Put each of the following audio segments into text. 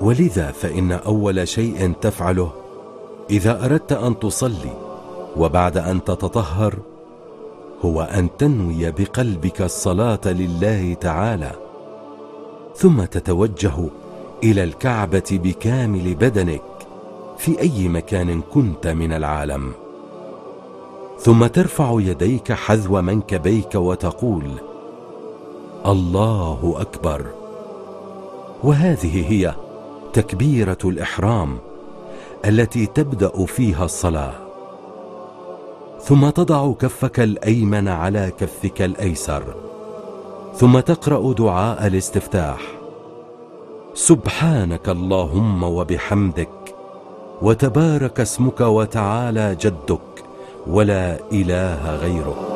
ولذا فإن أول شيء تفعله إذا أردت أن تصلي وبعد أن تتطهر هو أن تنوي بقلبك الصلاة لله تعالى، ثم تتوجه إلى الكعبة بكامل بدنك في أي مكان كنت من العالم، ثم ترفع يديك حذو منكبيك وتقول الله أكبر. وهذه هي تكبيرة الإحرام التي تبدأ فيها الصلاة. ثم تضع كفك الأيمن على كفك الأيسر، ثم تقرأ دعاء الاستفتاح: سبحانك اللهم وبحمدك وتبارك اسمك وتعالى جدك ولا إله غيرك.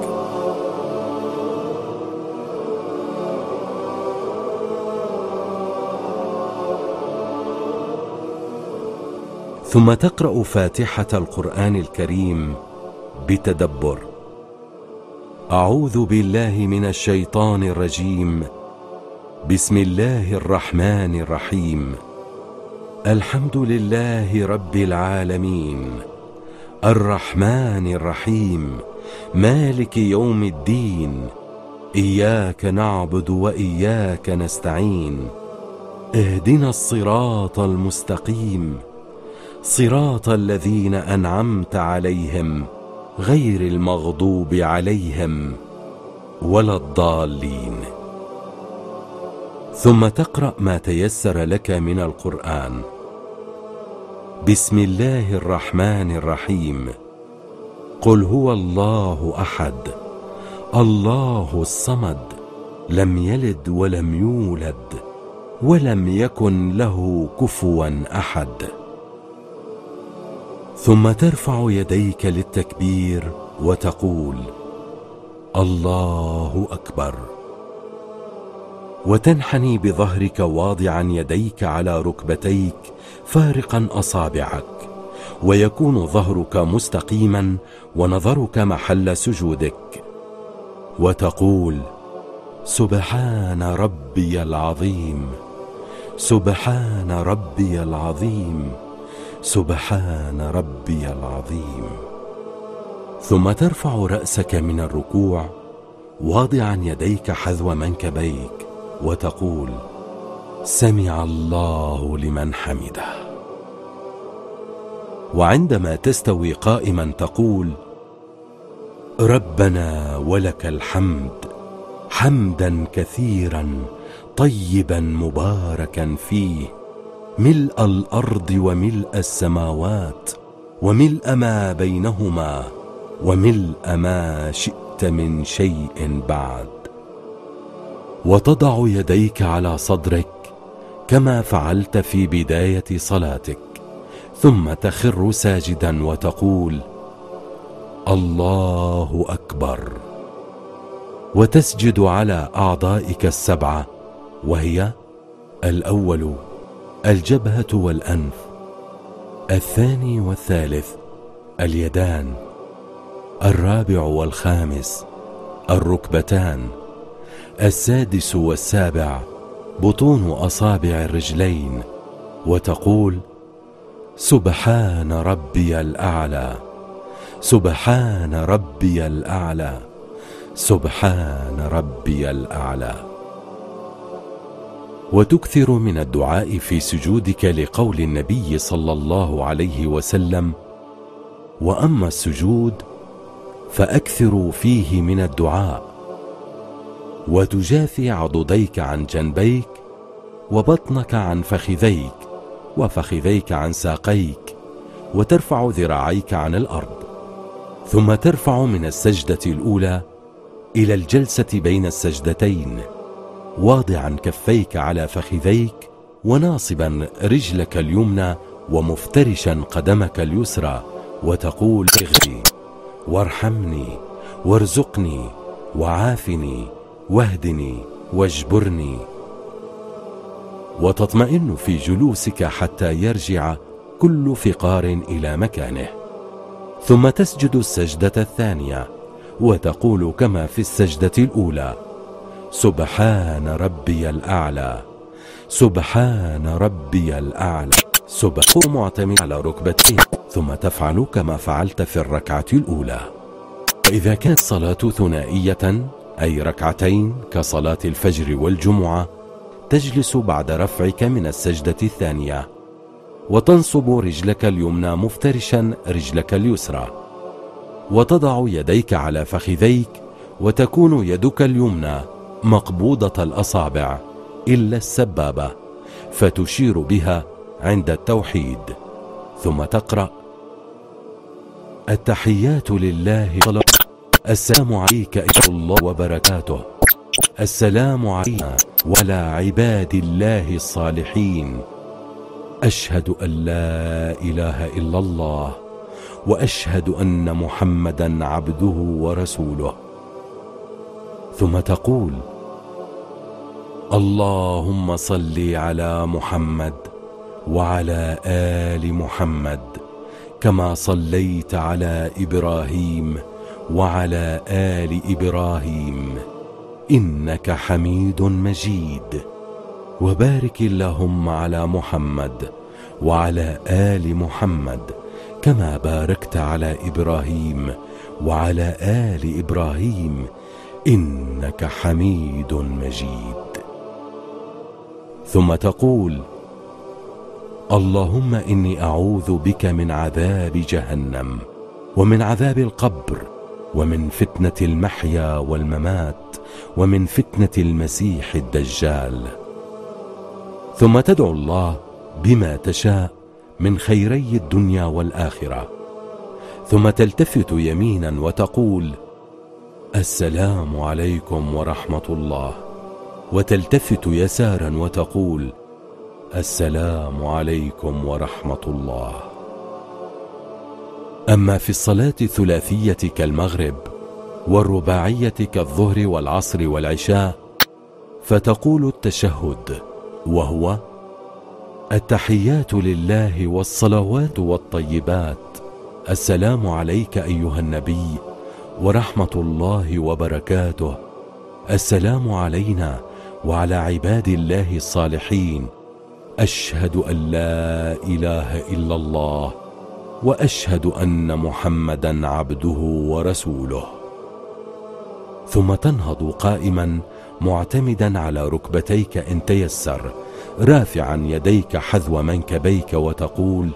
ثم تقرأ فاتحة القرآن الكريم بتدبر: أعوذ بالله من الشيطان الرجيم، بسم الله الرحمن الرحيم، الحمد لله رب العالمين، الرحمن الرحيم، مالك يوم الدين، إياك نعبد وإياك نستعين، اهدنا الصراط المستقيم، صراط الذين أنعمت عليهم غير المغضوب عليهم ولا الضالين. ثم تقرأ ما تيسر لك من القرآن: بسم الله الرحمن الرحيم، قل هو الله أحد، الله الصمد، لم يلد ولم يولد ولم يكن له كفوا أحد. ثم ترفع يديك للتكبير وتقول الله أكبر، وتنحني بظهرك واضعا يديك على ركبتيك فارقا أصابعك، ويكون ظهرك مستقيما ونظرك محل سجودك، وتقول سبحان ربي العظيم، سبحان ربي العظيم، سبحان ربي العظيم. ثم ترفع رأسك من الركوع واضعا يديك حذو منكبيك وتقول سمع الله لمن حمده. وعندما تستوي قائما تقول ربنا ولك الحمد حمدا كثيرا طيبا مباركا فيه، ملء الأرض وملء السماوات وملء ما بينهما وملء ما شئت من شيء بعد. وتضع يديك على صدرك كما فعلت في بداية صلاتك، ثم تخر ساجدا وتقول الله أكبر، وتسجد على أعضائك السبعة، وهي الأول الجبهة والأنف، الثاني والثالث اليدان، الرابع والخامس الركبتان، السادس والسابع بطون أصابع الرجلين، وتقول سبحان ربي الأعلى، سبحان ربي الأعلى، سبحان ربي الأعلى. وتكثر من الدعاء في سجودك لقول النبي صلى الله عليه وسلم وأما السجود فأكثروا فيه من الدعاء، وتجافي عضديك عن جنبيك، وبطنك عن فخذيك، وفخذيك عن ساقيك، وترفع ذراعيك عن الأرض، ثم ترفع من السجدة الأولى إلى الجلسة بين السجدتين، واضعا كفيك على فخذيك، وناصبا رجلك اليمنى، ومفترشا قدمك اليسرى، وتقول اغفر وارحمني وارزقني وعافني واهدني واجبرني. وتطمئن في جلوسك حتى يرجع كل فقار إلى مكانه، ثم تسجد السجدة الثانية وتقول كما في السجدة الأولى سبحان ربي الأعلى، سبحان ربي الأعلى، سبحان معتمد على ركبتين، ثم تفعل كما فعلت في الركعة الأولى. وإذا كانت صلاة ثنائية أي ركعتين كصلاة الفجر والجمعة، تجلس بعد رفعك من السجدة الثانية، وتنصب رجلك اليمنى مفترشا رجلك اليسرى، وتضع يديك على فخذيك، وتكون يدك اليمنى مقبوضة الأصابع إلا السبابة، فتشير بها عند التوحيد، ثم تقرأ: التحيات لله، السلام عليك أيها الله وبركاته، السلام علينا وعلى عباد الله الصالحين، أشهد أن لا إله إلا الله، وأشهد أن محمدا عبده ورسوله. ثم تقول: اللهم صل على محمد وعلى آل محمد كما صليت على إبراهيم وعلى آل إبراهيم إنك حميد مجيد، وبارك اللهم على محمد وعلى آل محمد كما باركت على إبراهيم وعلى آل إبراهيم إنك حميد مجيد. ثم تقول: اللهم إني أعوذ بك من عذاب جهنم، ومن عذاب القبر، ومن فتنة المحيا والممات، ومن فتنة المسيح الدجال. ثم تدعو الله بما تشاء من خيري الدنيا والآخرة، ثم تلتفت يمينا وتقول: السلام عليكم ورحمة الله، وتلتفت يسارا وتقول: السلام عليكم ورحمة الله. أما في الصلاة الثلاثية كالمغرب، والرباعية كالظهر والعصر والعشاء، فتقول التشهد، وهو: التحيات لله والصلوات والطيبات، السلام عليك أيها النبي ورحمة الله وبركاته، السلام علينا وعلى عباد الله الصالحين، أشهد أن لا إله إلا الله، وأشهد أن محمدا عبده ورسوله. ثم تنهض قائما معتمدا على ركبتيك إن تيسر، رافعا يديك حذو منكبيك، وتقول: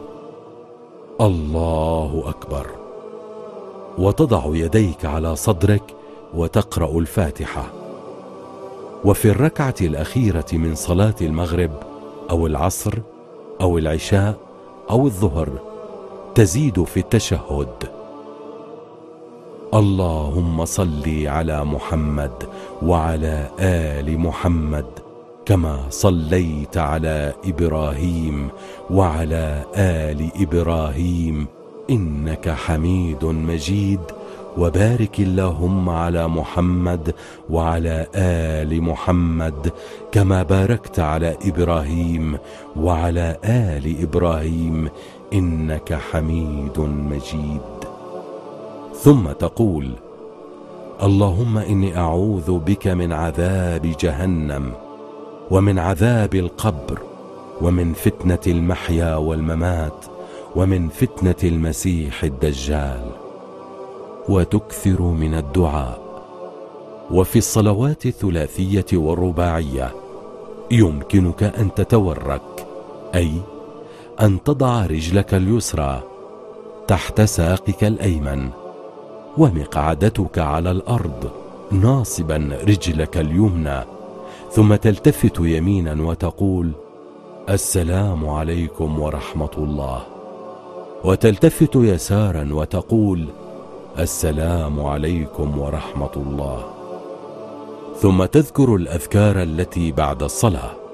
الله أكبر، وتضع يديك على صدرك وتقرأ الفاتحة. وفي الركعة الأخيرة من صلاة المغرب أو العصر أو العشاء أو الظهر تزيد في التشهد: اللهم صل على محمد وعلى آل محمد كما صليت على إبراهيم وعلى آل إبراهيم إنك حميد مجيد، وبارك اللهم على محمد وعلى آل محمد كما باركت على إبراهيم وعلى آل إبراهيم إنك حميد مجيد. ثم تقول: اللهم إني أعوذ بك من عذاب جهنم، ومن عذاب القبر، ومن فتنة المحيا والممات، ومن فتنة المسيح الدجال. وتكثر من الدعاء. وفي الصلوات الثلاثية والرباعية يمكنك أن تتورك، أي أن تضع رجلك اليسرى تحت ساقك الأيمن، ومقعدتك على الأرض، ناصبا رجلك اليمنى، ثم تلتفت يمينا وتقول: السلام عليكم ورحمة الله، وتلتفت يسارا وتقول: السلام عليكم ورحمة الله. ثم تذكر الأذكار التي بعد الصلاة.